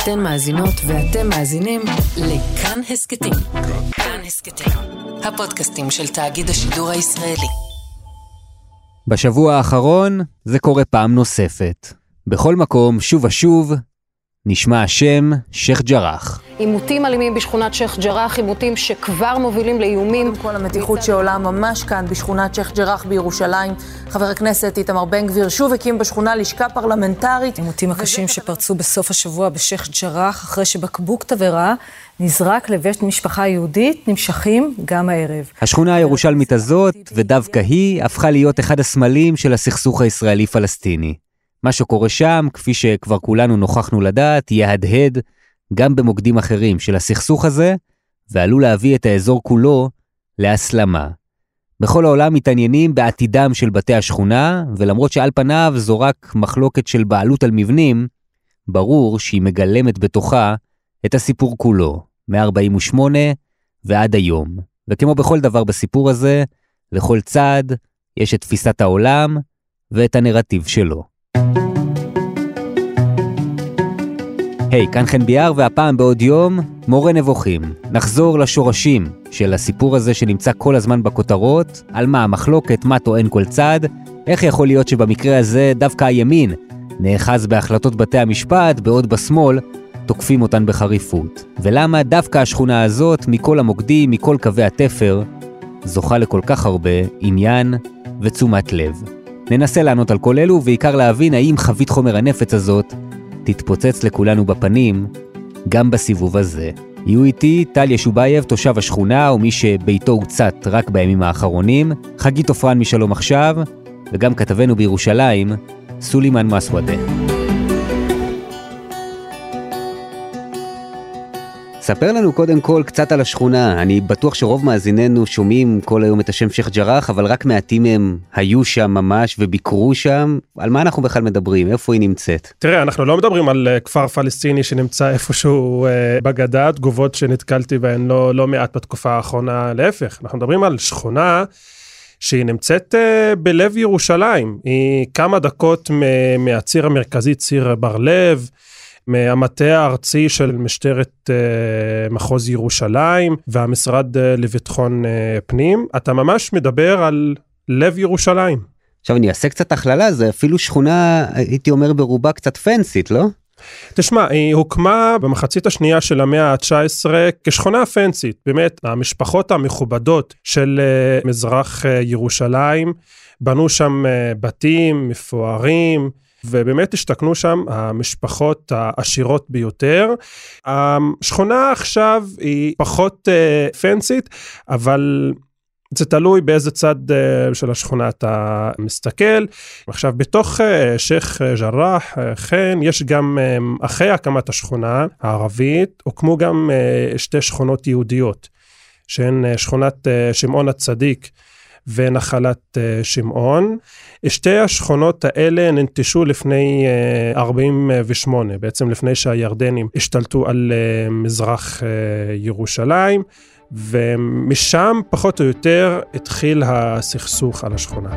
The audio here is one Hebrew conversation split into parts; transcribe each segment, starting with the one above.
אתן מאזינות ואתם מאזינים לכאן הסקטים. כאן הסקטים, הפודקאסטים של תאגיד השידור הישראלי. בשבוע האחרון זה קורה פעם נוספת. בכל מקום, שוב ושוב, נשמע השם שייח ג'ראח. עימותים אלימים בשכונת שייח ג'ראח, עימותים שכבר מובילים לאיומים. כל המתיחות שעולה ממש כאן בשכונת שייח ג'ראח בירושלים. חבר הכנסת איתמר בן גביר שוב הקים בשכונה לשכה פרלמנטרית. עימותים הקשים שפרצו בסוף השבוע בשייח ג'ראח, אחרי שבקבוק תבערה נזרק לבית משפחה יהודית, נמשכים גם הערב. השכונה הירושלמית הזאת, ודווקא היא, הפכה להיות אחד הסמלים של הסכסוך הישראלי-פלסטיני. מה שקורה שם, כפי שכבר כולנו נוכחנו לדעת, יהדהד גם במוקדים אחרים של הסכסוך הזה, ועלול להביא את האזור כולו להסלמה. בכל העולם מתעניינים בעתידם של בתי השכונה, ולמרות שעל פניו זו רק מחלוקת של בעלות על מבנים, ברור שהיא מגלמת בתוכה את הסיפור כולו, מ-48 ועד היום. וכמו בכל דבר בסיפור הזה, לכל צד יש את תפיסת העולם ואת הנרטיב שלו. היי, כאן חן ביאר, והפעם בעוד יום, מורה נבוכים. נחזור לשורשים של הסיפור הזה שנמצא כל הזמן בכותרות, על מה המחלוקת, מה טוען כל צד, איך יכול להיות שבמקרה הזה דווקא הימין נאחז בהחלטות בתי המשפט, בעוד בשמאל תוקפים אותן בחריפות. ולמה דווקא השכונה הזאת, מכל המוקדים, מכל קווי התפר, זוכה לכל כך הרבה עניין ותשומת לב. ננסה לענות על כל אלו, ועיקר להבין האם חבית חומר הנפץ הזאת תתפוצץ לכולנו בפנים, גם בסיבוב הזה. יהיו איתי טל ישובייב, תושב השכונה, ומי שביתו הוצת רק בימים האחרונים, חגית אופרן משלום עכשיו, וגם כתבנו בירושלים, סולימן מסוודה. ספר לנו קודם כל קצת על השכונה. אני בטוח שרוב מאזיננו שומעים כל היום את השם שייח ג'ראח, אבל רק מעטים הם היו שם ממש וביקרו שם. על מה אנחנו בכלל מדברים? איפה היא נמצאת? תראה, אנחנו לא מדברים על כפר פלסטיני שנמצא איפשהו בגדה, תגובות שנתקלתי בהן לא מעט בתקופה האחרונה, להפך. אנחנו מדברים על שכונה שהיא נמצאת בלב ירושלים. היא כמה דקות מהציר המרכזי, ציר בר לב, מהמטה הארצי של משטרת מחוז ירושלים והמשרד לביטחון פנים. אתה ממש מדבר על לב ירושלים. עכשיו אני אעשה קצת הכללה, זה אפילו שכונה, הייתי אומר ברובה קצת פנסית, לא? תשמע, היא הוקמה במחצית השנייה של המאה ה-19 כשכונה פנסית. באמת, המשפחות המכובדות של מזרח ירושלים בנו שם בתים מפוארים, ובאמת השתכנו שם המשפחות העשירות ביותר. השכונה עכשיו היא פחות פנסית, אבל זה תלוי באיזה צד של השכונה אתה מסתכל. עכשיו, בתוך שייח ג'ראח, כן, יש גם אחרי הקמת השכונה הערבית, הוקמו גם שתי שכונות יהודיות, שהן שכונת שמעון הצדיק, ונחלת שמעון. שתי השכונות האלה ננטשו לפני 48, בעצם לפני שהירדנים השתלטו על מזרח ירושלים, ומשם פחות או יותר התחיל הסכסוך על השכונה.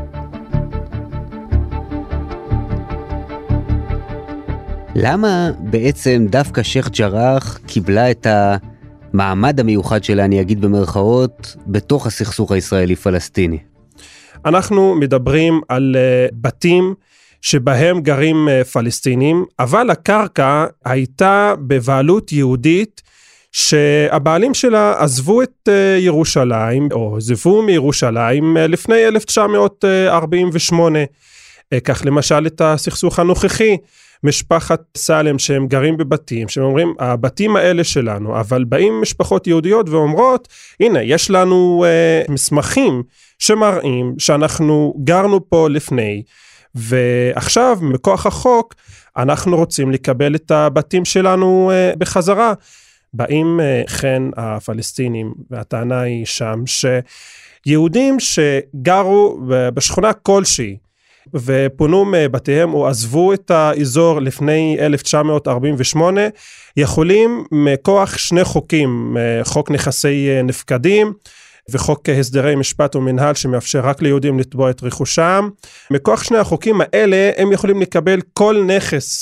למה בעצם דווקא שייח ג'ראח קיבלה את המעמד המיוחד שלה, אני אגיד במרכאות, בתוך הסכסוך הישראלי-פלסטיני? אנחנו מדברים על בתים שבהם גרים פלסטינים, אבל הקרקע הייתה בבעלות יהודית, שהבעלים שלה עזבו את ירושלים, או עזבו מירושלים לפני 1948. כך למשל את הסכסוך הנוכחי, משפחת סלם שהם גרים בבתים, שהם אומרים, הבתים האלה שלנו, אבל באים משפחות יהודיות ואומרות, הנה, יש לנו מסמכים שמראים שאנחנו גרנו פה לפני, ועכשיו, מכוח החוק, אנחנו רוצים לקבל את הבתים שלנו בחזרה. באים כן הפלסטינים, והטענה היא שם, שיהודים שגרו בשכונה כלשהי, ופונו מבתיהם או עזבו את האזור לפני 1948, יכולים מכוח שני חוקים, חוק נכסי נפקדים, וחוק הסדרי משפט ומנהל שמאפשר רק ליהודים לתבוע את רכושם. מכוח שני החוקים האלה הם יכולים לקבל כל נכס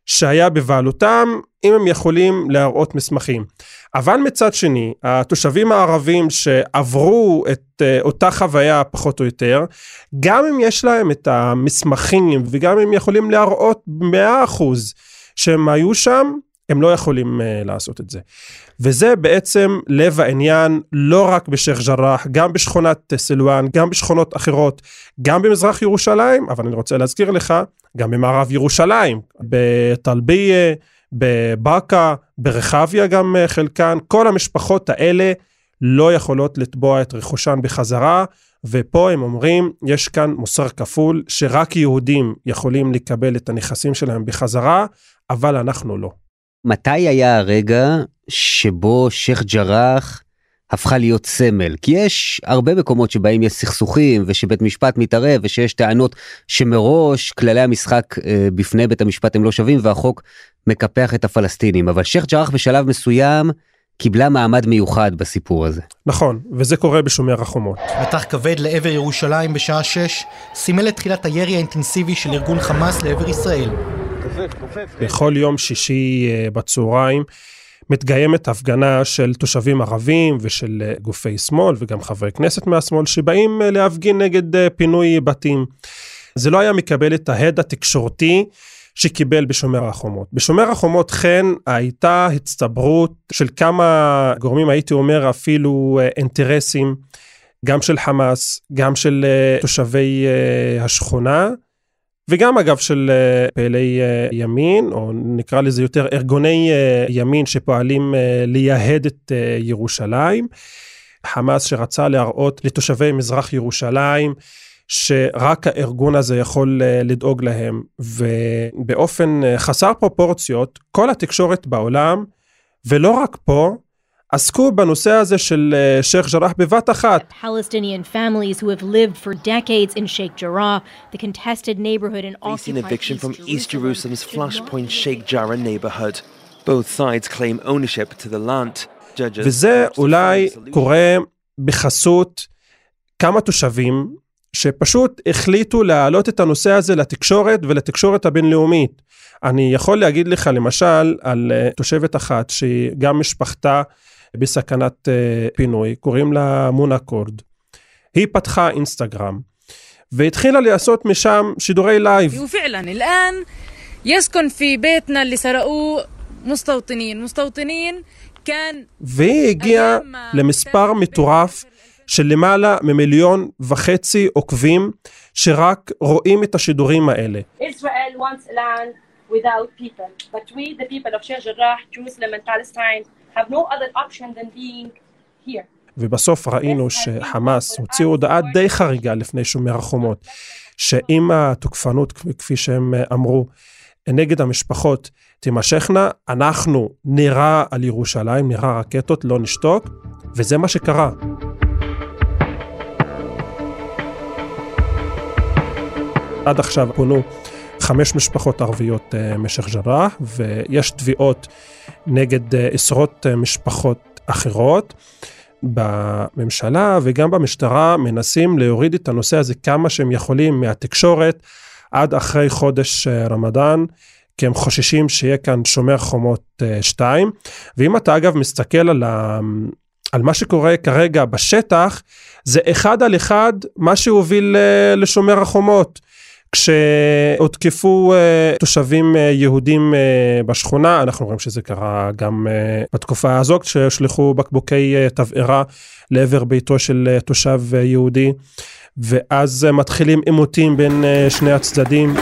שהיה בבעלותם, אם הם יכולים להראות מסמכים. אבל מצד שני, התושבים הערבים שעברו את אותה חוויה פחות או יותר, גם אם יש להם את המסמכים, וגם אם יכולים להראות 100% שהם היו שם, הם לא יכולים לעשות את זה. וזה בעצם לב העניין, לא רק בשייח ג'ראח, גם בשכונת סילואן, גם בשכונות אחרות, גם במזרח ירושלים, אבל אני רוצה להזכיר לך, גם במערב ירושלים, בטלביה, בבאקה, ברחביה גם חלקן, כל המשפחות האלה לא יכולות לתבוע את רכושן בחזרה, ופה הם אומרים, יש כאן מוסר כפול, שרק יהודים יכולים לקבל את הנכסים שלהם בחזרה, אבל אנחנו לא. מתי היה הרגע שבו שייח ג'ראח הפכה להיות סמל? כי יש הרבה מקומות שבהם יש סכסוכים, ושבית משפט מתערב, ושיש טענות שמראש כללי המשחק בפני בית המשפט הם לא שווים, והחוק מקפח את הפלסטינים. אבל שייח ג'ראח בשלב מסוים קיבלה מעמד מיוחד בסיפור הזה. נכון, וזה קורה בשומר החומות. מטח כבד לעבר ירושלים בשעה 6, סימל את תחילת הירי האינטנסיבי של ארגון חמאס לעבר ישראל. בכל יום שישי בצהריים מתקיימת הפגנה של תושבים ערבים ושל גופי שמאל וגם חברי כנסת מהשמאל שבאים להפגין נגד פינוי בתים. זה לא היה מקבל את ההד התקשורתי שקיבל בשומר החומות. בשומר החומות כן הייתה הצטברות של כמה גורמים, הייתי אומר אפילו אינטרסים, גם של חמאס, גם של תושבי השכונה, וגם אגב של פעילי ימין, או נקרא לזה יותר ארגוני ימין שפועלים לייהד את ירושלים. חמאס שרצה להראות לתושבי מזרח ירושלים, שרק הארגון הזה יכול לדאוג להם, ובאופן חסר פרופורציות, כל התקשורת בעולם, ולא רק פה, עסקו בנושא הזה של שייח ג'ראח בבת אחת. Palestinian families who have lived for decades in Sheikh Jarrah, the contested neighborhood in facing eviction from East Jerusalem's Flashpoint Sheikh Jarrah neighborhood. Both sides claim ownership to the land. וזה אולי קורה בחסות כמה תושבים שפשוט החליטו להעלות את הנושא הזה לתקשורת ולתקשורת הבינלאומית. אני יכול להגיד לך למשל על תושבת אחת שגם משפחתה בסכנת פינוי, קוראים לה מונה קורד. היא פתחה אינסטגרם, והתחילה לעשות משם שידורי לייב. وفعلا الآن يسكن في بيتنا اللي سرقوه مستوطنين كان. והיא הגיעה למספר מטורף של למעלה מ1.5 מיליון עוקבים, שרק רואים את השידורים האלה. Israel wants land without people, but we, the people of Sheikh Jarrah, Jerusalem and Palestine, have no other option than being here. ובסוף ראינו שחמאס הוציאו הודעה די חריגה לפני שומר החומות, שאם התוקפנות, כפי שהם אמרו, נגד המשפחות תימשכנה, אנחנו נירה על ירושלים, נירה רקטות, לא נשתוק, וזה מה שקרה. עד עכשיו פונו 5 משפחות ערביות משייח ג'ראח, ויש תביעות נגד עשרות משפחות אחרות. בממשלה וגם במשטרה מנסים להוריד את הנושא הזה כמה שהם יכולים מהתקשורת עד אחרי חודש רמדאן, כי הם חוששים שיהיה כאן שומר חומות 2. ואם אתה אגב מסתכל על מה שקורה כרגע בשטח, זה אחד על אחד מה שהוביל לשומר החומות. כשהותקפו תושבים יהודים בשכונה, אנחנו רואים שזה קרה גם בתקופה הזאת, כששלחו בקבוקי תבערה לעבר ביתו של תושב יהודי, ואז מתחילים עימותים בין שני הצדדים.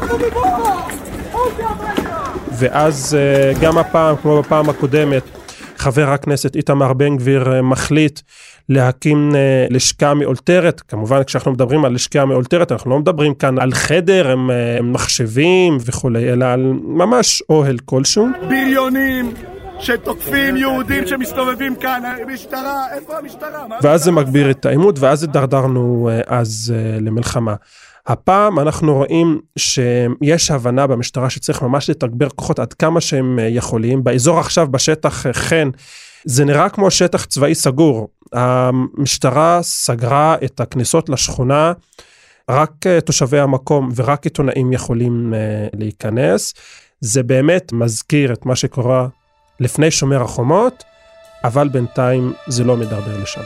ואז גם הפעם, כמו בפעם הקודמת, חבר הכנסת איתמר בן גביר מחליט להקים לשכה מאולתרת. כמובן כשאנחנו מדברים על לשכה מאולתרת, אנחנו לא מדברים כאן על חדר, הם מחשבים וכולי, אלא על ממש אוהל כלשהו. בריונים שתוקפים יהודים שמסתובבים כאן, משטרה, איפה המשטרה? ואז זה מגביר את העימות, ואז דרדרנו אז למלחמה. הפעם אנחנו רואים שיש הבנה במשטרה שצריך ממש לתגבר כוחות עד כמה שהם יכולים. באזור עכשיו בשטח כן, זה נראה כמו שטח צבאי סגור. המשטרה סגרה את הכניסות לשכונה, רק תושבי המקום ורק עיתונאים יכולים להיכנס. זה באמת מזכיר את מה שקורה לפני שומר החומות, אבל בינתיים זה לא מדרדר לשם.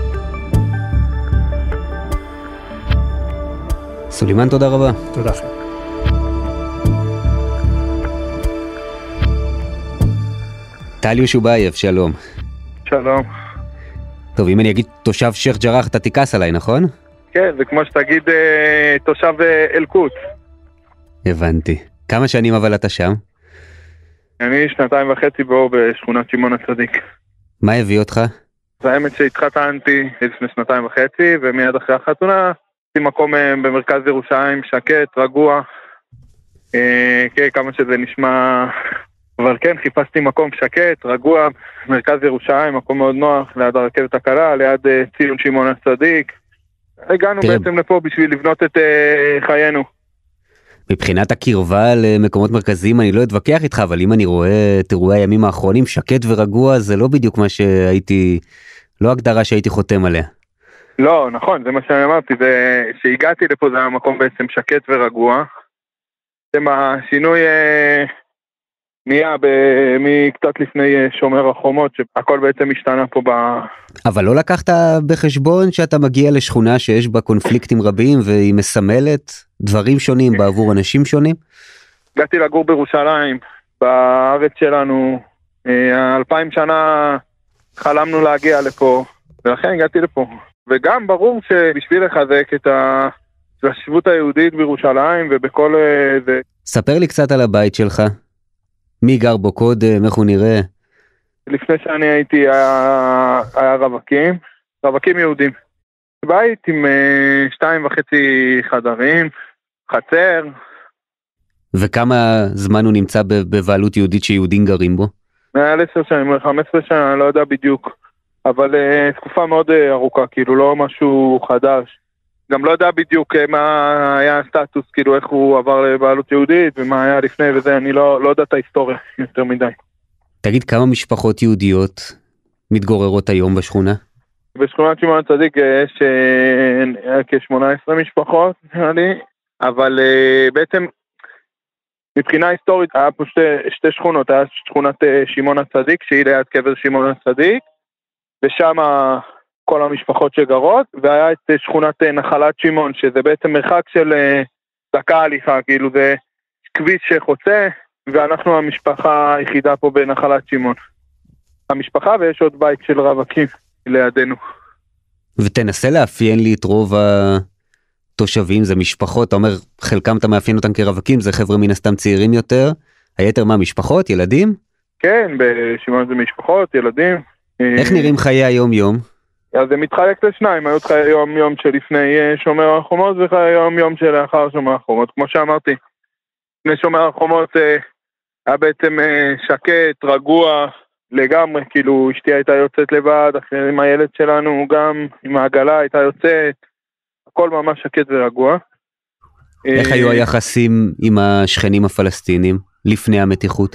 סולימן, תודה רבה. תודה לכם. טל יושובייב, שלום. שלום. טוב, אם אני אגיד תושב שייח ג'ראח, אתה תיקס עליי, נכון? כן, זה כמו שתגיד תושב אל-קודס. הבנתי. כמה שנים אבל אתה שם? אני 2.5 בו בשכונת שמעון הצדיק. מה הביא אותך? זה האמת שהתחתנתי לפני 2.5, ומיד אחרי החתונה, עשיתי מקום במרכז ירושלים, שקט, רגוע. כן, כמה שזה נשמע... אבל כן, חיפשתי מקום שקט, רגוע, מרכז ירושלים, מקום מאוד נוח, ליד הרכבת הקלה, ליד ציון שמעון הצדיק. הגענו בעצם לפה בשביל לבנות את חיינו. מבחינת הקרבה למקומות מרכזיים אני לא אתווכח איתך, אבל אם אני רואה את אירועי הימים האחרונים, שקט ורגוע, זה לא בדיוק מה שהייתי, לא הגדרה שהייתי חותם עליה. לא, נכון, זה מה שאני אמרתי, שהגעתי לפה זה היה מקום בעצם שקט ורגוע. השינוי נהיה מקצת לפני שומר החומות, שהכל בעצם השתנה פה אבל לא לקחת בחשבון שאתה מגיע לשכונה שיש בה קונפליקטים רבים, והיא מסמלת דברים שונים בעבור אנשים שונים? הגעתי לגור בירושלים, בארץ שלנו, 2000 שנה חלמנו להגיע לפה, ולכן הגעתי לפה. וגם ברור שבשביל לחזק את ההתיישבות היהודית בירושלים ובכל זה. ספר לי קצת על הבית שלך. מי גר בו קודם, איך הוא נראה? לפני שאני הייתי היה רווקים יהודים. בית עם 2.5 חדרים, חצר. וכמה זמן הוא נמצא בבעלות יהודית שיהודים גרים בו? מעל 10 שנים, 15 שנה, לא יודע בדיוק. אבל תקופה מאוד ארוכה, כאילו לא משהו חדש. גם לא יודע בדיוק מה היה הסטטוס, כאילו איך הוא עבר לבעלות יהודית ומה היה לפני וזה, אני לא יודע את ההיסטוריה יותר מדי. תגיד, כמה משפחות יהודיות מתגוררות היום בשכונה? בשכונת שמעון הצדיק יש כ-18 משפחות, נראה לי, אבל בעצם מבחינה היסטורית היה פה שתי שכונות, היה שכונת שמעון הצדיק שהיא ליד קבר שמעון הצדיק, ושם כל המשפחות שגרות, והיה את שכונת נחלת שמעון, שזה בעצם מרחק של דקה הליכה, כאילו זה כביש שחוצה, ואנחנו המשפחה היחידה פה בנחלת שמעון. המשפחה ויש עוד בית של רווקים לידינו. ותנסה לאפיין לי את רוב התושבים, זה משפחות, אתה אומר חלקם אתה מאפיין אותם כרווקים, זה חבר'ה מן הסתם צעירים יותר, היתר מה, משפחות, ילדים? כן, בשמעון זה משפחות, ילדים. איך נראים חיי היום-יום? אז זה מתחלק לשניים, היו חיי היום-יום שלפני שומר החומות וחיי היום-יום שלאחר שומר החומות. כמו שאמרתי, לפני שומר החומות היה בעצם שקט, רגוע לגמרי, כאילו אשתי הייתה יוצאת לבד, אחרי עם הילד שלנו גם עם העגלה הייתה יוצאת, הכל ממש שקט ורגוע. איך היו היחסים עם השכנים הפלסטינים לפני המתיחות?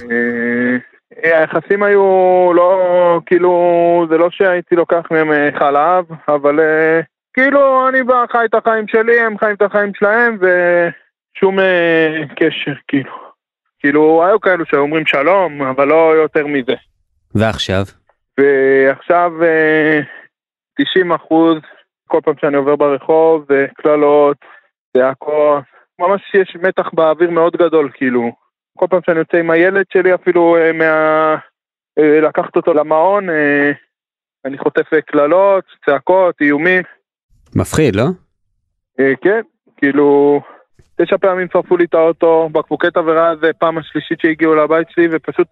היחסים היו לא, כאילו, זה לא שהייתי לוקח מהם חלב, אבל כאילו אני בא חי את החיים שלי, הם חיים את החיים שלהם, ושום קשר, כאילו היו כאלו שאומרים שלום, אבל לא יותר מזה. ועכשיו? ועכשיו 90%, כל פעם שאני עובר ברחוב, זה כללות, זה הכל, ממש יש מתח באוויר מאוד גדול, כאילו. כל פעם שאני יוצא עם הילד שלי, אפילו לקחת אותו למעון, אני חוטף כללות, צעקות, איומים. מפחיד, לא? כן, כאילו, 9 פעמים שרפו לי את האוטו, בקבוקי תבערה, זה פעם השלישית שהגיעו לבית שלי, ופשוט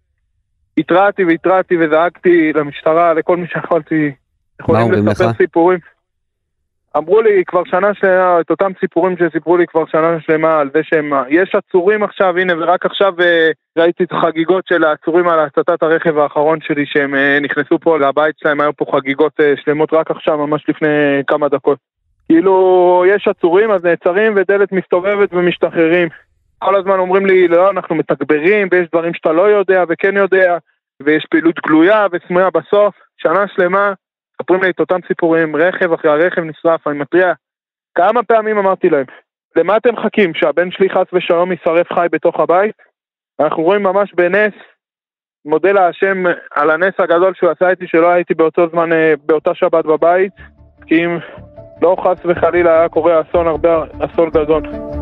התרעתי וזעקתי למשטרה, לכל מי שיכולתי, יכולים לספר סיפורים. אמרו לי כבר שנה שלמה, את אותם סיפורים שסיפרו לי כבר שנה שלמה, על זה יש עצורים עכשיו, הנה, ורק עכשיו ראיתי את החגיגות של העצורים על הצתת הרכב האחרון שלי, שהם נכנסו פה לבית שלהם, היו פה חגיגות שלמות רק עכשיו, ממש לפני כמה דקות. כאילו, יש עצורים, אז נעצרים ודלת מסתובבת ומשתחררים. כל הזמן אומרים לי, לא, אנחנו מתגברים, ויש דברים שאתה לא יודע וכן יודע, ויש פעילות גלויה וסמויה בסוף, שנה שלמה, ספרים לי את אותם סיפורים, רכב אחרי הרכב נשרף, אני מטריע. כמה פעמים אמרתי להם, למה אתם חכים? שהבן שלי חס ושלום ישרף חי בתוך הבית? אנחנו רואים ממש בנס, מודה להשם על הנס הגדול שהוא עשה איתי, שלא הייתי באותו זמן, באותה שבת בבית, כי אם לא חס וחלילה היה קורה אסון גדול.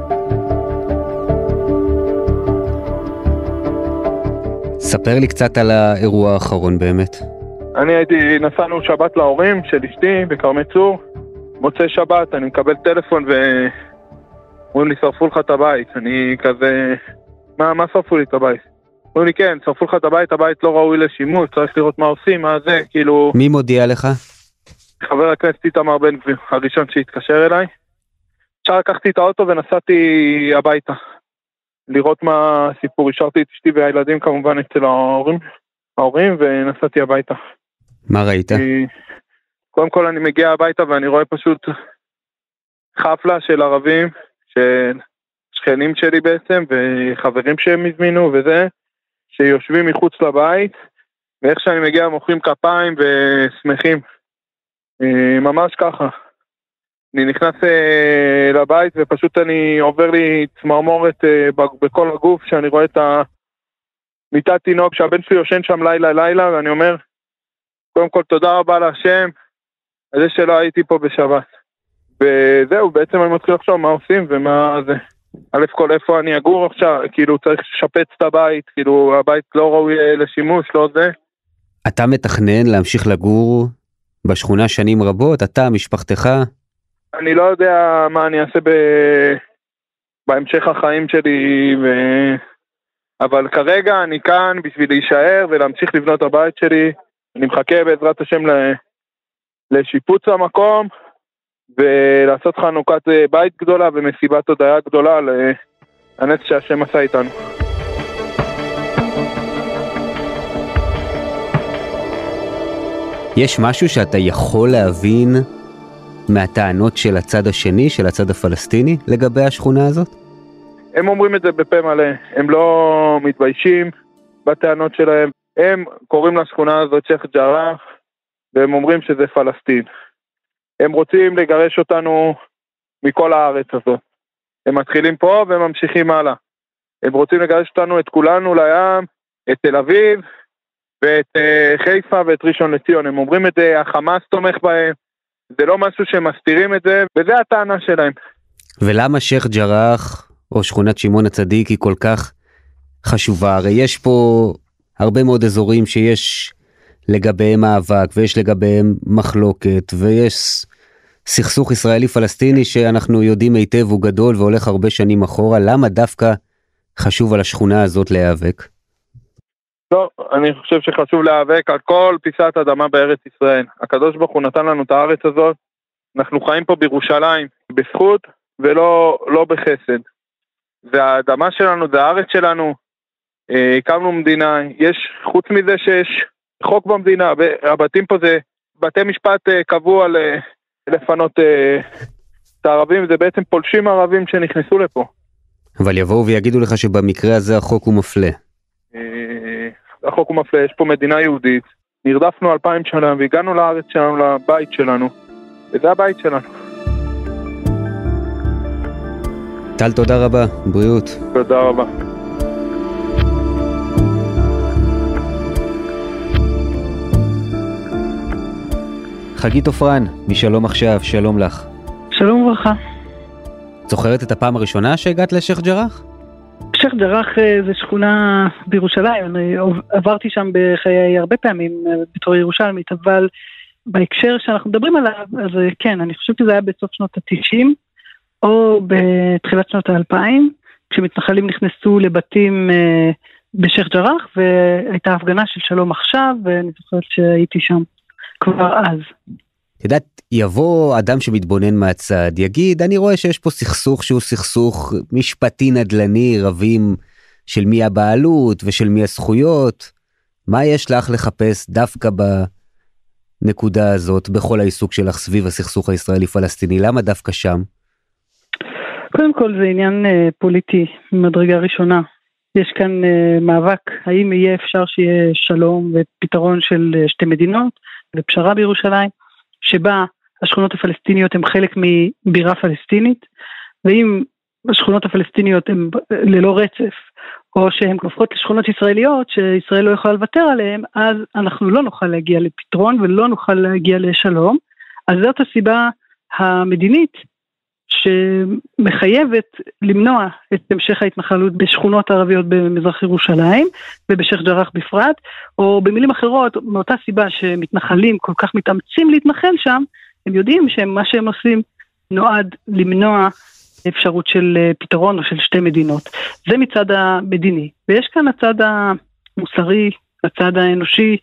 ספר לי קצת על האירוע האחרון באמת. נסענו שבת להורים של אשתי בכרמי צור, מוצא שבת, אני מקבל טלפון ואומרים לי, שרפו לך את הבית. אני כזה, מה שרפו לי את הבית? אומרים לי, כן, שרפו לך את הבית, הבית לא ראוי לשימוש, צריך לראות מה עושים, מה זה, כאילו... מי מודיע לך? חבר הכנסת איתמר בן גביר, הראשון שהתקשר אליי. עכשיו לקחתי את האוטו ונסעתי הביתה, לראות מה הסיפור. השארתי את אשתי והילדים כמובן אצל ההורים ונסעתי הביתה. מה ראית? קודם כל אני מגיע הביתה ואני רואה פשוט חפלה של ערבים, של שכנים שלי בעצם, וחברים שהם הזמינו וזה, שיושבים מחוץ לבית, ואיך שאני מגיע מוחאים כפיים ושמחים. ממש ככה. אני נכנס לבית ופשוט אני עובר לי צמרמורת בכל הגוף, שאני רואה את מיטת תינוק שהבן שלי יושן שם לילה, ואני אומר, קודם כל תודה רבה להשם, על זה שלא הייתי פה בשבת. וזהו, בעצם אני מתחיל לחשוב מה עושים ומה זה. א' כל איפה אני אגור עכשיו, כאילו צריך לשפץ את הבית, כאילו הבית לא ראוי לשימוש, לא זה. אתה מתכנן להמשיך לגור בשכונה שנים רבות, אתה, משפחתך? אני לא יודע מה אני אעשה בהמשך החיים שלי, אבל כרגע אני כאן בשביל להישאר ולהמשיך לבנות הבית שלי. אני מחכה בעזרת השם לשיפוץ המקום, ולעשות חנוכת בית גדולה ומסיבת הודיה גדולה לנס שהשם עשה איתנו. יש משהו שאתה יכול להבין מהטענות של הצד השני, של הצד הפלסטיני, לגבי השכונה הזאת? הם אומרים את זה בפה מלא, הם לא מתביישים בטענות שלהם. הם קוראים לשכונה הזאת שייח' ג'ראח, והם אומרים שזה פלסטין. הם רוצים לגרש אותנו מכל הארץ הזאת. הם מתחילים פה והם ממשיכים הלאה. הם רוצים לגרש אותנו, את כולנו לים, את תל אביב, ואת חיפה ואת ראשון לציון. הם אומרים את זה, החמאס תומך בהם, זה לא משהו שהם מסתירים את זה, וזה הטענה שלהם. ולמה שייח' ג'ראח או שכונת שמעון הצדיק היא כל כך חשובה? הרי יש פה הרבה מאוד אזורים שיש לגביהם מאבק, ויש לגביהם מחלוקת, ויש סכסוך ישראלי-פלסטיני שאנחנו יודעים היטב הוא גדול והולך הרבה שנים אחורה. למה דווקא חשוב על השכונה הזאת להיאבק? לא, אני חושב שחשוב להיאבק על כל פיסת אדמה בארץ ישראל. הקדוש ברוך הוא נתן לנו את הארץ הזאת, אנחנו חיים פה בירושלים, בזכות ולא בחסד. והאדמה שלנו, זה הארץ שלנו, הקמנו מדינה, יש, חוץ מזה שיש חוק במדינה, הבתים פה זה, בתי משפט קבעו על לפנות את הערבים, זה בעצם פולשים ערבים שנכנסו לפה. אבל יבואו ויגידו לך שבמקרה הזה החוק הוא מפלה. החוק הוא מפלה, יש פה מדינה יהודית, נרדפנו 2000 שנה והגענו לארץ שלנו, לבית שלנו, וזה הבית שלנו. טל, תודה רבה, בריאות. תודה רבה. חגית אופרן, משלום עכשיו, שלום לך. שלום וברכה. זוכרת את הפעם הראשונה שהגעת לשייח' ג'ראח? שייח' ג'ראח זה שכונה בירושלים, אני עברתי שם בחיי הרבה פעמים בתור ירושלמית, אבל בהקשר שאנחנו מדברים עליו, אז כן, אני חושבת שזה היה בסוף שנות ה-90, או בתחילת שנות ה-2000, כשמתנחלים נכנסו לבתים בשייח' ג'ראח, והייתה הפגנה של שלום עכשיו, ואני זוכרת שהייתי שם כבר אז. יודעת, יבוא אדם שמתבונן מהצד, יגיד, אני רואה שיש פה סכסוך שהוא סכסוך משפטי נדל"ני, רבים של מי הבעלות ושל מי הזכויות. מה יש לך לחפש דווקא בנקודה הזאת, בכל העיסוק שלך סביב הסכסוך הישראלי-פלסטיני? למה דווקא שם? קודם כל זה עניין פוליטי ממדרגה ראשונה. יש כאן מאבק, האם יהיה אפשר שיהיה שלום ופתרון של שתי מדינות ופשרה בירושלים, שבה השכונות הפלסטיניות הן חלק מבירה פלסטינית, ואם השכונות הפלסטיניות הן ללא רצף, או שהן הופכות לשכונות ישראליות שישראל לא יכולה לוותר עליהן, אז אנחנו לא נוכל להגיע לפתרון ולא נוכל להגיע לשלום. אז זאת הסיבה המדינית שמחייבת למנוע את המשך ההתנחלות בשכונות ערביות במזרח ירושלים ובשייח' ג'ראח בפרט, או במילים אחרות, מאותה סיבה שמתנחלים כל כך מתאמצים להתנחל שם, הם יודעים שמה שהם עושים נועד למנוע אפשרות של פתרון או של שתי מדינות. זה מצד המדיני. ויש כאן הצד המוסרי, הצד האנושי,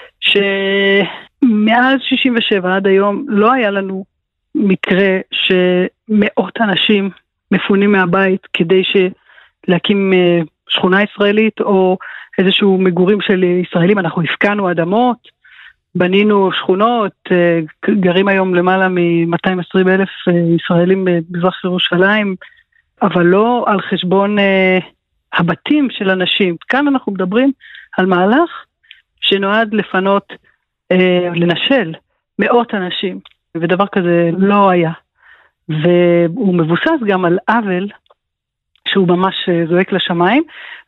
שמאז 67 עד היום לא היה לנו מקרה שמאות אנשים מפונים מהבית כדי להקים שכונה ישראלית או איזשהו מגורים של ישראלים. אנחנו הפקענו אדמות, בנינו שכונות, גרים היום למעלה מ-220,000 ישראלים במזרח ירושלים, אבל לא על חשבון הבתים של אנשים. כאן אנחנו מדברים על מהלך שנועד לפנות, לנשל מאות אנשים, ודבר כזה לא היה. והוא מבוסס גם על עוול שהוא ממש זועק לשמיים,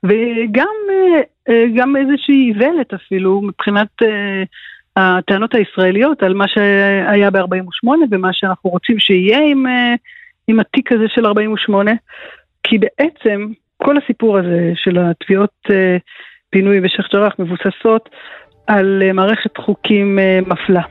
וגם איזושהי איוולת אפילו מבחינת הטענות הישראליות על מה שהיה ב-48 ומה שאנחנו רוצים שיהיה עם התיק הזה של 48, כי בעצם כל הסיפור הזה של התביעות פינוי בשייח' ג'ראח מבוססות על מערכת חוקים מפלה.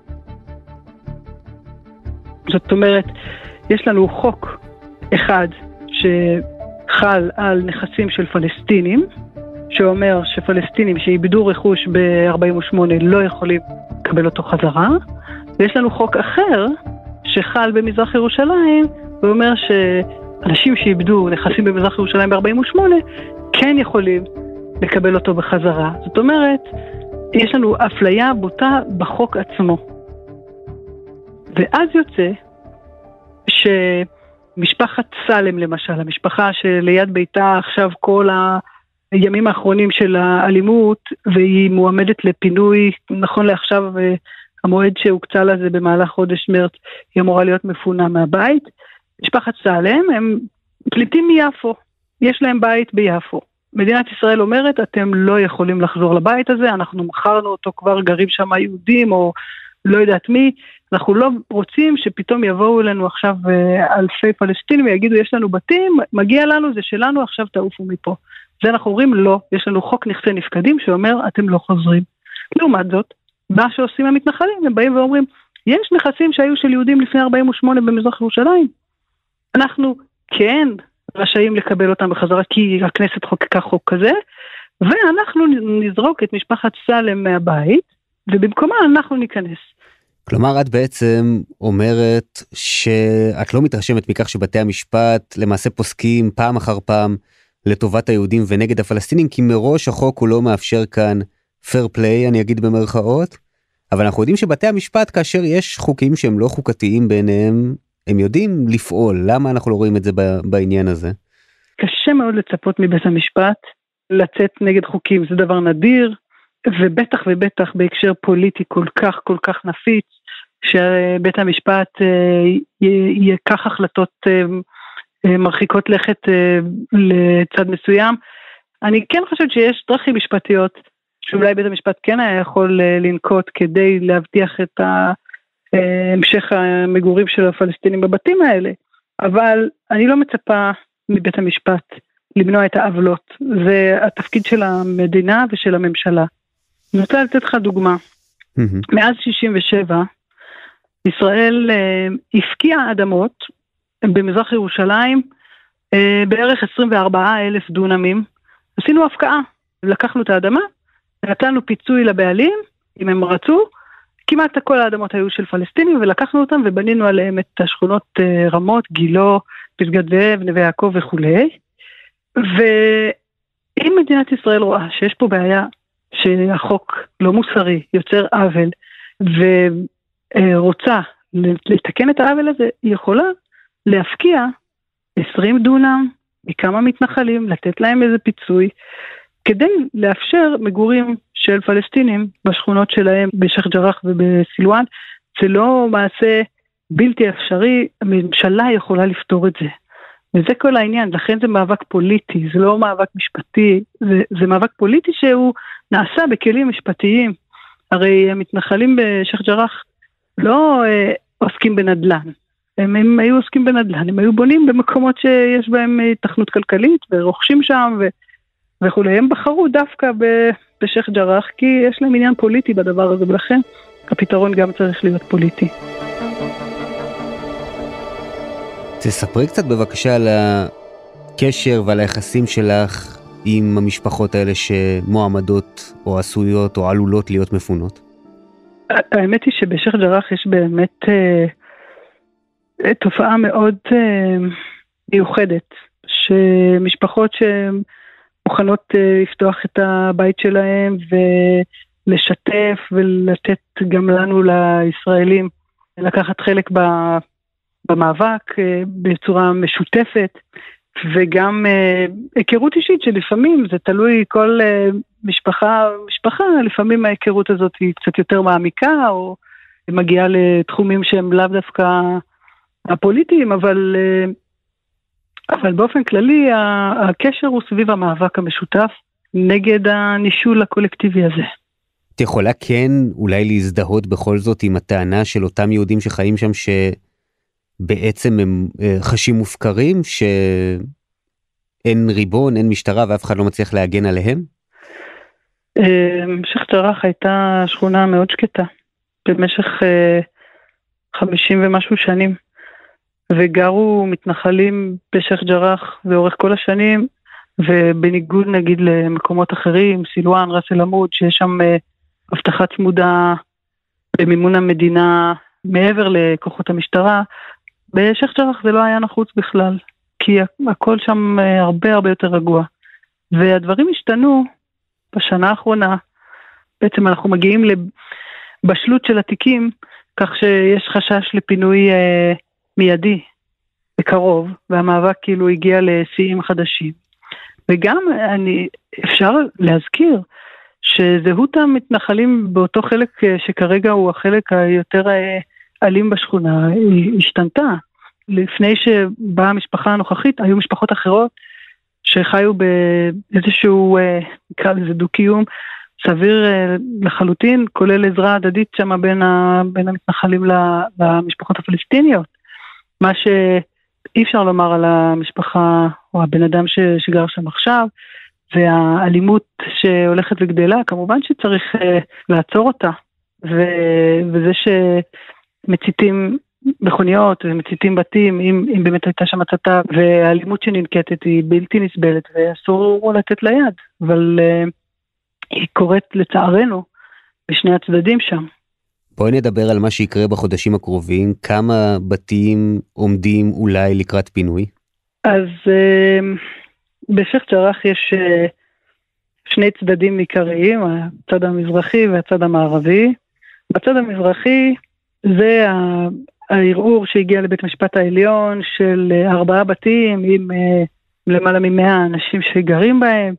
זאת אומרת, יש לנו חוק אחד שחל על נכסים של פלסטינים, שאומר שפלסטינים שאיבדו רכוש ב-48 לא יכולים לקבל אותו חזרה, ויש לנו חוק אחר שחל במזרח ירושלים, ואומר שאנשים שאיבדו נכסים במזרח ירושלים ב-48 כן יכולים לקבל אותו בחזרה. זאת אומרת, יש לנו אפליה בוטה בחוק עצמו. ואז יוצא שמשפחת סלם למשל, המשפחה שליד ביתה עכשיו כל הימים האחרונים של האלימות, והיא מועמדת לפינוי, נכון לעכשיו המועד שהוקצה לזה במהלך חודש מרץ, היא אמורה להיות מפונה מהבית. משפחת סלם הם פליטים מיפו, יש להם בית ביפו. מדינת ישראל אומרת, אתם לא יכולים לחזור לבית הזה, אנחנו מכרנו אותו כבר, גרים שם יהודים או לא יודעת מי, אנחנו לא רוצים שפתאום יבואו אלינו עכשיו אלפי פלסטינים ויגידו, יש לנו בתים, מגיע לנו, זה שלנו, עכשיו תעופו מפה. זה אנחנו אומרים, לא, יש לנו חוק נכסי נפקדים שאומר, אתם לא חוזרים. לעומת זאת, מה שעושים המתנחלים, הם באים ואומרים, יש נכסים שהיו של יהודים לפני 48 במזרח ירושלים. אנחנו כן רשאים לקבל אותם בחזרה, כי הכנסת חוקקה חוק כזה, ואנחנו נזרוק את משפחת סלם מהבית, ובמקומה אנחנו ניכנס. כלומר, את בעצם אומרת שאת לא מתרשמת מכך שבתי המשפט למעשה פוסקים פעם אחר פעם לטובת היהודים ונגד הפלסטינים, כי מראש החוק הוא לא מאפשר כאן fair play, אני אגיד במרכאות, אבל אנחנו יודעים שבתי המשפט, כאשר יש חוקים שהם לא חוקתיים ביניהם, הם יודעים לפעול. למה אנחנו לא רואים את זה בעניין הזה? קשה מאוד לצפות מבית המשפט לצאת נגד חוקים, זה דבר נדיר, ובטח ובטח בהקשר פוליטי כל כך נפיץ, שבית המשפט ייקח החלטות מרחיקות לכת לצד מסוים. אני כן חושבת שיש דרכים משפטיות, שאולי בית המשפט כן היה יכול לנקוט כדי להבטיח את המשך המגורים של הפלסטינים בבתים האלה, אבל אני לא מצפה מבית המשפט למנוע את העוולות. זה התפקיד של המדינה ושל הממשלה. אני רוצה לתת לך דוגמה. מאז 67, ישראל הפקיעה אדמות במזרח ירושלים בערך 24,000 דונמים. עשינו הפקעה, לקחנו את האדמה, נתנו פיצוי לבעלים, אם הם רצו, כמעט כל האדמות היו של פלסטינים, ולקחנו אותם ובנינו עליהם את השכונות רמות, גילו, פסגת זאב, נווה יעקב וכו'. ואם מדינת ישראל רואה שיש פה בעיה, שהחוק לא מוסרי, יוצר עוול, ורוצה לתקן את העוול הזה, היא יכולה להפקיע 20 דונם מכמה מתנחלים, לתת להם איזה פיצוי, כדי לאפשר מגורים של פלסטינים בשכונות שלהם בשייח' ג'ראח ובסילואן. זה לא מעשה בלתי אפשרי, הממשלה יכולה לפתור את זה. וזה כל העניין, לכן זה מאבק פוליטי, זה לא מאבק משפטי, זה מאבק פוליטי שהוא נעשה בכלים משפטיים. הרי המתנחלים בשייח' ג'ראח לא עוסקים בנדל"ן, הם היו עוסקים בנדל"ן, הם היו בונים במקומות שיש בהם תכנות כלכלית, ורוכשים שם וכולי. הם בחרו דווקא בשייח' ג'ראח, כי יש להם עניין פוליטי בדבר הזה, ולכן הפתרון גם צריך להיות פוליטי. תספרי קצת בבקשה על הקשר ועל היחסים שלך עם המשפחות האלה שמועמדות או עשויות או עלולות להיות מפונות. האמת היא שבשייח' ג'ראח יש באמת תופעה מאוד מיוחדת, שמשפחות שמוכנות לפתוח את הבית שלהם ולשתף ולתת גם לנו לישראלים לקחת חלק במאבק בצורה משותפת, וגם היכרות אישית שלפעמים זה תלוי כל משפחה, לפעמים ההיכרות הזאת היא קצת יותר מעמיקה, או מגיעה לתחומים שהם לאו דווקא הפוליטיים, אבל באופן כללי הקשר הוא סביב המאבק המשותף נגד הנישול הקולקטיבי הזה. את יכולה כן אולי להזדהות בכל זאת עם הטענה של אותם יהודים שחיים שם שבעצם הם חשים מופקרים, שאין ריבון, אין משטרה ואף אחד לא מצליח להגן עליהם? שייח' ג'ראח הייתה שכונה מאוד שקטה במשך 50 ומשהו שנים, וגרו מתנחלים בשייח' ג'ראח לאורך כל השנים, ובניגוד נגיד למקומות אחרים, סילואן, ראס אל עמוד, שיש שם הבטחה צמודה במימון המדינה מעבר לכוחות המשטרה, בשייח' ג'ראח זה לא היה נחוץ בכלל, כי הכל שם הרבה יותר רגוע. והדברים השתנו בשנה האחרונה, בעצם אנחנו מגיעים לבשלות של התיקים, כך שיש חשש לפינוי מיידי בקרוב, והמאבק כאילו הגיע לשיאים חדשים. וגם אפשר להזכיר שזהות המתנחלים באותו חלק שכרגע הוא החלק היותר אלים בשכונה, היא השתנתה. לפני שבאה המשפחה הנוכחית, היו משפחות אחרות שחיו באיזשהו, נקרא לזה דו-קיום, סביר לחלוטין, כולל עזרה הדדית שם בין המתנחלים למשפחות הפלסטיניות. מה שאי אפשר לומר על המשפחה או הבן אדם שגר שם עכשיו, והאלימות שהולכת וגדלה, כמובן שצריך לעצור אותה, וזה שמציתים מכוניות ומציתים בתים, אם באמת הייתה שם הצתה, והאלימות שננקטת היא בלתי נסבלת, ואסור לתת לה יד, אבל היא קורית לצערנו בשני הצדדים שם. בואי נדבר על מה שיקרה בחודשים הקרובים, כמה בתים עומדים אולי לקראת פינוי? אז בשייח' ג'ראח יש שני צדדים עיקריים, הצד המזרחי והצד המערבי. בצד המזרחי זה הערעור שהגיע לבית המשפט העליון של 4 בתים עם למעלה מ100 אנשים שגרים בהם,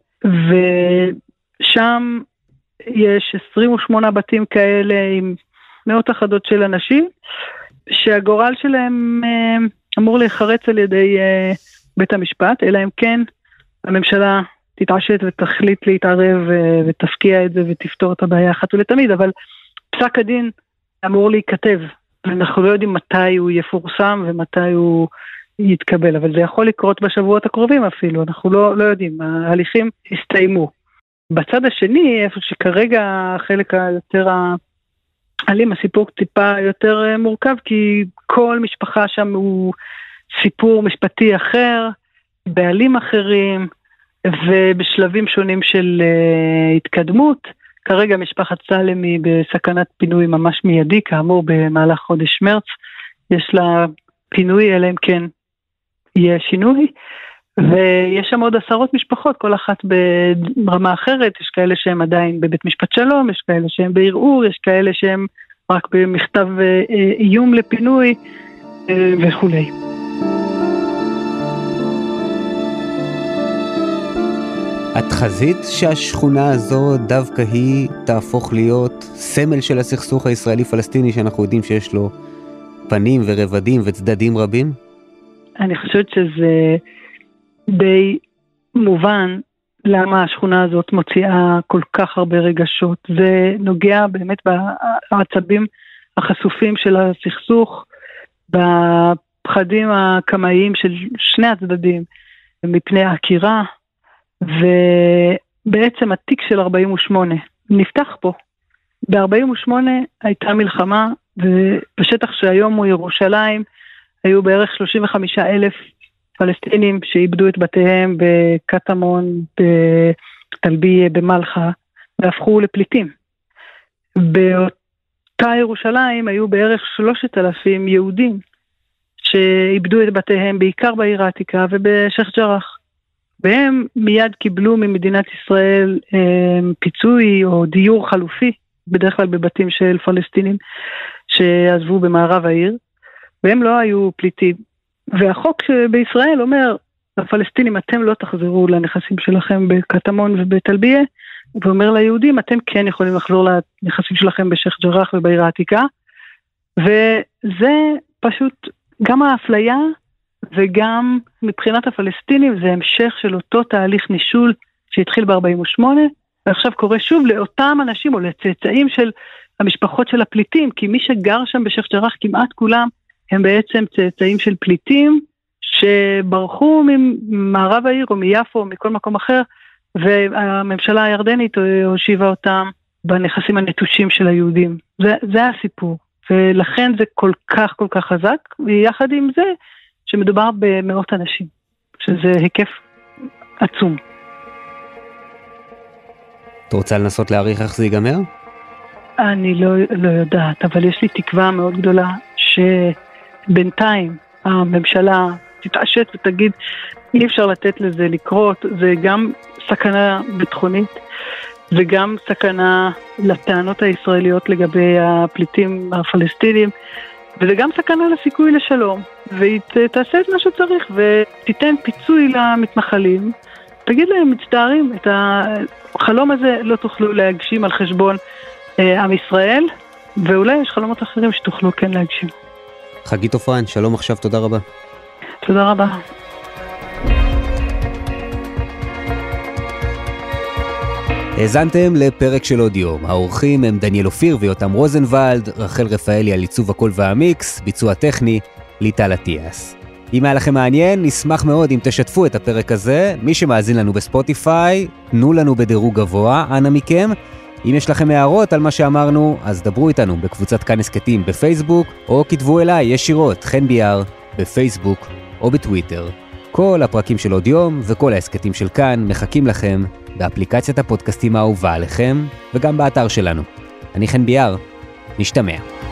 ושם יש 28 בתים כאלה עם מאות אחדות של אנשים, שהגורל שלהם אמור להיחרץ על ידי בית המשפט, אלא אם כן הממשלה תתעשת ותחליט להתערב ותפקיע את זה ותפתור את הבעיה אחת ולתמיד, אבל פסק הדין אמור להיכתב, אנחנו לא יודעים מתי הוא יפורסם ומתי הוא יתקבל, אבל זה יכול לקרות בשבועות הקרובים אפילו, אנחנו לא יודעים, ההליכים הסתיימו. בצד השני, איפה שכרגע החלק היותר אלים, הסיפור טיפה יותר מורכב, כי כל משפחה שם הוא סיפור משפטי אחר, בעלים אחרים, ובשלבים שונים של התקדמות. כרגע משפחת סלם היא בסכנת פינוי ממש מיידי, כאמור במהלך חודש מרץ, יש לה פינוי, אלא אם כן יהיה שינוי, ויש שם עוד 10 משפחות, כל אחת ברמה אחרת, יש כאלה שהם עדיין בבית משפט שלום, יש כאלה שהם בערעור, יש כאלה שהם רק במכתב איום לפינוי וכו'. את חזית שהשכונה הזו דווקא היא תהפוך להיות סמל של הסכסוך הישראלי-פלסטיני, שאנחנו יודעים שיש לו פנים ורבדים וצדדים רבים? אני חושבת שזה די מובן למה השכונה הזאת מוציאה כל כך הרבה רגשות. זה נוגע באמת בעצבים החשופים של הסכסוך, בפחדים הקמאיים של שני הצדדים, מפני העקירה, ובעצם התיק של 48 נפתח פה. ב-48 הייתה מלחמה, ובשטח שהיום הוא ירושלים, היו בערך 35,000 פלסטינים שאיבדו את בתיהם בקטמון, בטלביה, במלחה, והפכו לפליטים. באותה ירושלים היו בערך 3,000 יהודים שאיבדו את בתיהם, בעיקר בעיר העתיקה ובשייח' ג'ראח. והם מיד קיבלו ממדינת ישראל פיצוי או דיור חלופי, בדרך כלל בבתים של פלסטינים שעזבו במערב העיר, והם לא היו פליטים. והחוק בישראל אומר, לפלסטינים אתם לא תחזרו לנכסים שלכם בקטמון ובטלביה, ואומר ליהודים אתם כן יכולים לחזור לנכסים שלכם בשייח' ג'ראח ובעיר העתיקה, וזה פשוט גם האפליה וגם מבחינת הפלסטינים זה המשך של אותו תהליך נישול שהתחיל ב-48, ועכשיו קורה שוב לאותם אנשים או לצאצאים של המשפחות של הפליטים, כי מי שגר שם בשייח' ג'ראח כמעט כולם הם בעצם צאצאים של פליטים שברחו ממערב העיר או מיפו או מכל מקום אחר, והממשלה הירדנית הושיבה אותם בנכסים הנטושים של היהודים. זה הסיפור, ולכן זה כל כך חזק, ויחד עם זה שמדובר במאות אנשים, שזה היקף עצום. אתה רוצה לנסות להעריך איך זה ייגמר? אני לא יודעת, אבל יש לי תקווה מאוד גדולה שבינתיים הממשלה תתעשת ותגיד אי אפשר לתת לזה לקרות, זה גם סכנה ביטחונית וגם סכנה לטענות הישראליות לגבי הפליטים הפלסטינים, וזה גם סכנה לסיכוי לשלום, והיא תעשה את מה שצריך ותיתן פיצוי למתנחלים, תגיד להם מצטערים, את החלום הזה לא תוכלו להגשים על חשבון עם ישראל, ואולי יש חלומות אחרים שתוכלו כן להגשים. חגית עופרן, שלום עכשיו, תודה רבה. תודה רבה. האזנתם לפרק של עוד יום. האורחים הם דניאל אופיר ויותם רוזנבלד, רחל רפאלי על עיצוב הקול והמיקס, ביצוע טכני, ליטל אטיאס. אם היה לכם מעניין, נשמח מאוד אם תשתפו את הפרק הזה. מי שמאזין לנו בספוטיפיי, תנו לנו בדירוג גבוה, אנא מכם. אם יש לכם הערות על מה שאמרנו, אז דברו איתנו בקבוצת כאן הסקטים בפייסבוק, או כתבו אליי ישירות, חן ביאר, בפייסבוק או בטוויטר. כל הפרקים של עוד יום וכל ההסקטים של כאן מחכים לכם באפליקציית הפודקאסטים האהובה עליכם, וגם באתר שלנו. אני חן ביאר, נשתמע.